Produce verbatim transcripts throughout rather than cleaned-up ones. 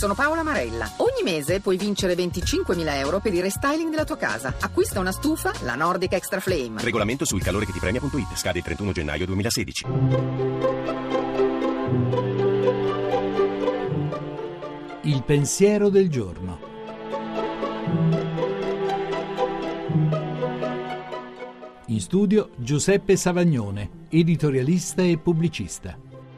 sono Paola Marella. Ogni mese puoi vincere venticinquemila euro per il restyling della tua casa. Acquista una stufa, la Nordic Extra Flame. Regolamento sul calore che ti premia punto it. Scade il trentuno gennaio duemilasedici. Il pensiero del giorno. In studio Giuseppe Savagnone, editorialista e pubblicista.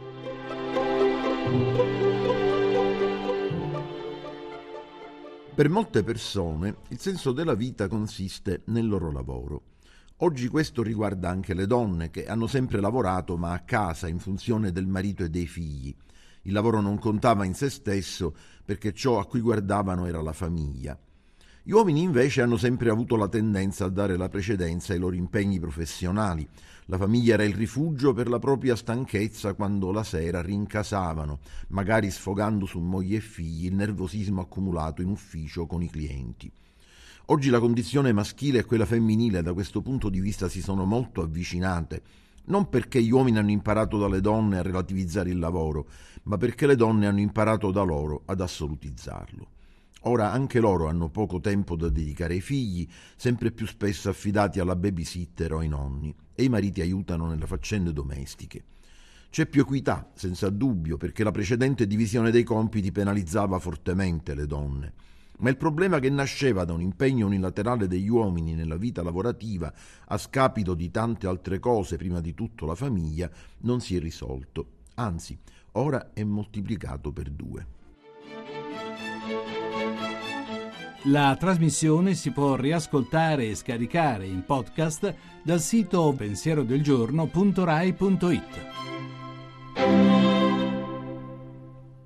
Per molte persone il senso della vita consiste nel loro lavoro. Oggi questo riguarda anche le donne che hanno sempre lavorato, ma a casa, in funzione del marito e dei figli. Il lavoro non contava in se stesso perché ciò a cui guardavano era la famiglia. Gli uomini invece hanno sempre avuto la tendenza a dare la precedenza ai loro impegni professionali. La famiglia era il rifugio per la propria stanchezza quando la sera rincasavano, magari sfogando su moglie e figli il nervosismo accumulato in ufficio con i clienti. Oggi la condizione maschile e quella femminile da questo punto di vista si sono molto avvicinate, non perché gli uomini hanno imparato dalle donne a relativizzare il lavoro, ma perché le donne hanno imparato da loro ad assolutizzarlo. Ora anche loro hanno poco tempo da dedicare ai figli, sempre più spesso affidati alla babysitter o ai nonni, e i mariti aiutano nelle faccende domestiche. C'è più equità, senza dubbio, perché la precedente divisione dei compiti penalizzava fortemente le donne. Ma il problema che nasceva da un impegno unilaterale degli uomini nella vita lavorativa, a scapito di tante altre cose, prima di tutto la famiglia, non si è risolto. Anzi, ora è moltiplicato per due. La trasmissione si può riascoltare e scaricare in podcast dal sito pensierodelgiorno punto rai punto it.